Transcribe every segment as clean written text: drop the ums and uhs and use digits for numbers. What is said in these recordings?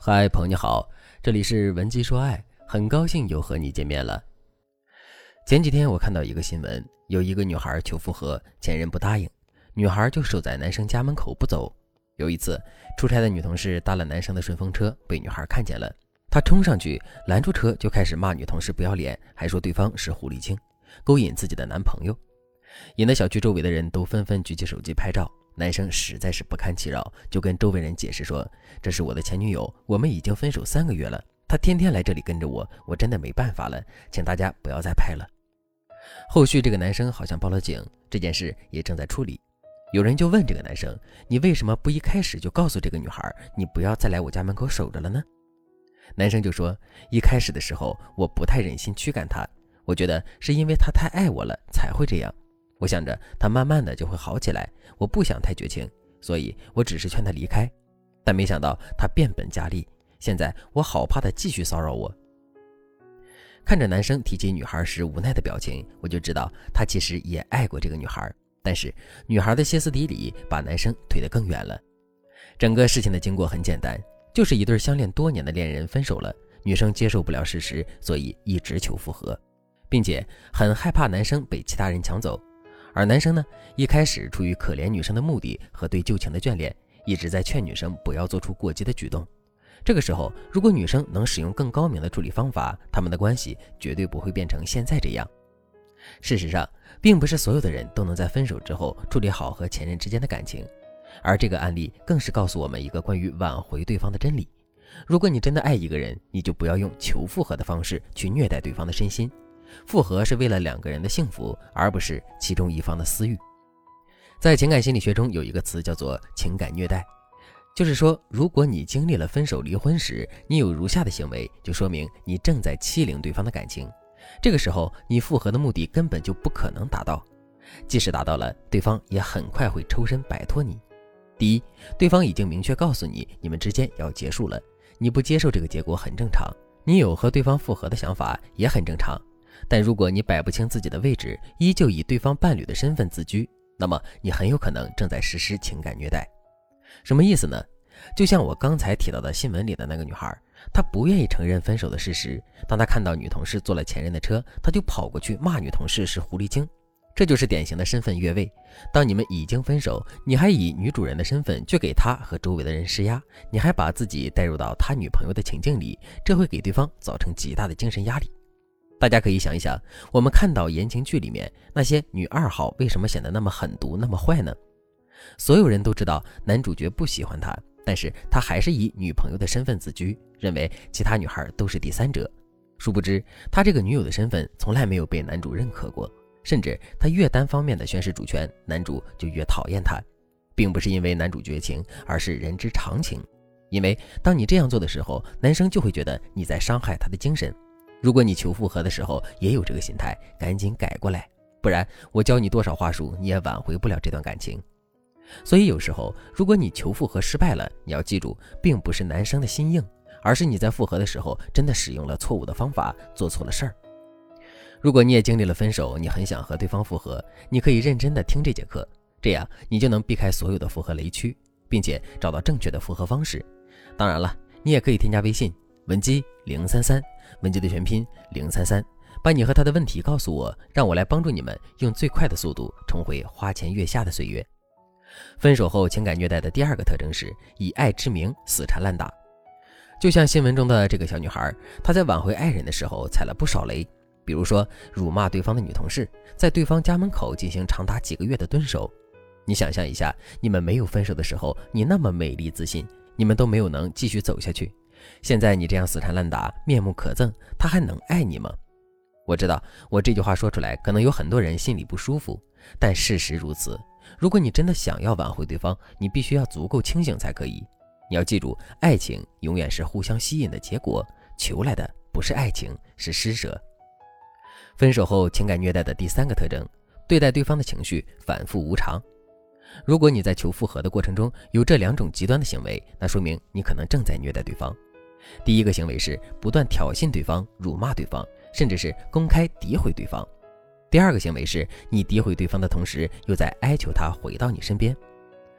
嗨，朋友你好，这里是文姬说爱，很高兴又和你见面了。前几天我看到一个新闻，有一个女孩求复合，前任不答应，女孩就守在男生家门口不走。有一次，出差的女同事搭了男生的顺风车，被女孩看见了，她冲上去拦住车，就开始骂女同事不要脸，还说对方是狐狸精，勾引自己的男朋友，引得小区周围的人都纷纷举起手机拍照。男生实在是不堪其扰，就跟周围人解释说，这是我的前女友，我们已经分手3个月了，她天天来这里跟着我，我真的没办法了，请大家不要再拍了。后续这个男生好像报了警，这件事也正在处理。有人就问这个男生，你为什么不一开始就告诉这个女孩，你不要再来我家门口守着了呢？男生就说，一开始的时候我不太忍心驱赶她，我觉得是因为她太爱我了才会这样，我想着她慢慢的就会好起来，我不想太绝情，所以我只是劝她离开，但没想到她变本加厉，现在我好怕她继续骚扰我。看着男生提起女孩时无奈的表情，我就知道他其实也爱过这个女孩，但是女孩的歇斯底里把男生推得更远了。整个事情的经过很简单，就是一对相恋多年的恋人分手了，女生接受不了事实，所以一直求复合，并且很害怕男生被其他人抢走。而男生呢，一开始出于可怜女生的目的和对旧情的眷恋，一直在劝女生不要做出过激的举动。这个时候，如果女生能使用更高明的处理方法，他们的关系绝对不会变成现在这样。事实上，并不是所有的人都能在分手之后处理好和前任之间的感情，而这个案例更是告诉我们一个关于挽回对方的真理。如果你真的爱一个人，你就不要用求复合的方式去虐待对方的身心。复合是为了2个人的幸福，而不是其中一方的私欲。在情感心理学中有一个词叫做情感虐待，就是说，如果你经历了分手离婚时，你有如下的行为，就说明你正在欺凌对方的感情。这个时候，你复合的目的根本就不可能达到，即使达到了，对方也很快会抽身摆脱你。第一，对方已经明确告诉你，你们之间要结束了，你不接受这个结果很正常，你有和对方复合的想法也很正常。但如果你摆不清自己的位置，依旧以对方伴侣的身份自居，那么你很有可能正在实施情感虐待。什么意思呢？就像我刚才提到的新闻里的那个女孩，她不愿意承认分手的事实，当她看到女同事坐了前任的车，她就跑过去骂女同事是狐狸精。这就是典型的身份越位。当你们已经分手，你还以女主人的身份去给她和周围的人施压，你还把自己带入到她女朋友的情境里，这会给对方造成极大的精神压力。大家可以想一想，我们看到言情剧里面那些女二号为什么显得那么狠毒那么坏呢？所有人都知道男主角不喜欢她，但是他还是以女朋友的身份自居，认为其他女孩都是第三者。殊不知他这个女友的身份从来没有被男主认可过，甚至他越单方面的宣示主权，男主就越讨厌他，并不是因为男主绝情，而是人之常情。因为当你这样做的时候，男生就会觉得你在伤害他的精神。如果你求复合的时候也有这个心态，赶紧改过来，不然我教你多少话术，你也挽回不了这段感情。所以有时候，如果你求复合失败了，你要记住，并不是男生的心硬，而是你在复合的时候真的使用了错误的方法，做错了事儿。如果你也经历了分手，你很想和对方复合，你可以认真的听这节课，这样你就能避开所有的复合雷区，并且找到正确的复合方式。当然了，你也可以添加微信文姬033，文姬的全拼033，把你和他的问题告诉我，让我来帮助你们用最快的速度重回花前月下的岁月。分手后情感虐待的第2个特征是以爱之名死缠烂打。就像新闻中的这个小女孩，她在挽回爱人的时候踩了不少雷，比如说辱骂对方的女同事，在对方家门口进行长达几个月的蹲守。你想象一下，你们没有分手的时候，你那么美丽自信，你们都没有能继续走下去，现在你这样死缠烂打，面目可憎，他还能爱你吗？我知道我这句话说出来可能有很多人心里不舒服，但事实如此。如果你真的想要挽回对方，你必须要足够清醒才可以。你要记住，爱情永远是互相吸引的结果，求来的不是爱情，是施舍。分手后情感虐待的第3个特征，对待对方的情绪反复无常。如果你在求复合的过程中有这2种极端的行为，那说明你可能正在虐待对方。第一个行为是不断挑衅对方，辱骂对方，甚至是公开诋毁对方。第2个行为是你诋毁对方的同时，又在哀求他回到你身边。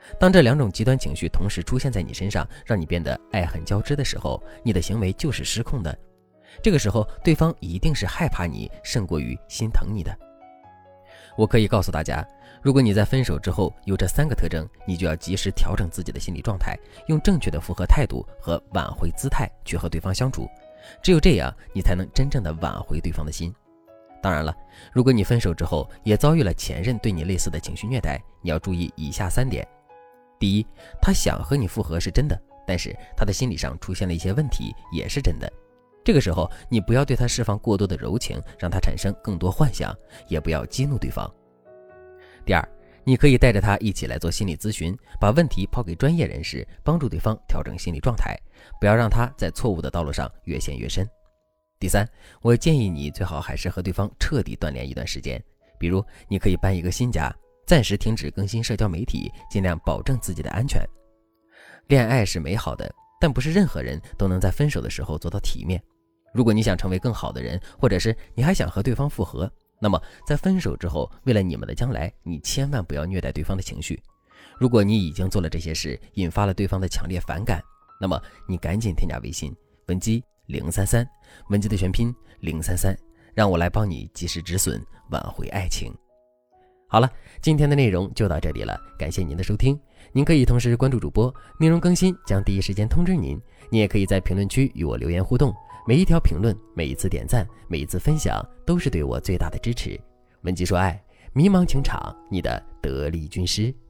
当这2种极端情绪同时出现在你身上，让你变得爱恨交织的时候，你的行为就是失控的。这个时候，对方一定是害怕你胜过于心疼你的。我可以告诉大家，如果你在分手之后有这3个特征，你就要及时调整自己的心理状态，用正确的复合态度和挽回姿态去和对方相处。只有这样，你才能真正的挽回对方的心。当然了，如果你分手之后也遭遇了前任对你类似的情绪虐待，你要注意以下3点。第一，他想和你复合是真的，但是他的心理上出现了一些问题也是真的。这个时候，你不要对他释放过多的柔情，让他产生更多幻想，也不要激怒对方。第二，你可以带着他一起来做心理咨询，把问题抛给专业人士，帮助对方调整心理状态，不要让他在错误的道路上越陷越深。第三，我建议你最好还是和对方彻底断联一段时间，比如你可以搬一个新家，暂时停止更新社交媒体，尽量保证自己的安全。恋爱是美好的，但不是任何人都能在分手的时候做到体面。如果你想成为更好的人，或者是你还想和对方复合，那么在分手之后，为了你们的将来，你千万不要虐待对方的情绪。如果你已经做了这些事，引发了对方的强烈反感，那么你赶紧添加微信文姬033，文姬的全拼033，让我来帮你及时止损，挽回爱情。好了，今天的内容就到这里了，感谢您的收听。您可以同时关注主播，内容更新将第一时间通知您。您也可以在评论区与我留言互动，每一条评论，每一次点赞，每一次分享，都是对我最大的支持。文姬说爱，迷茫情场，你的得力军师。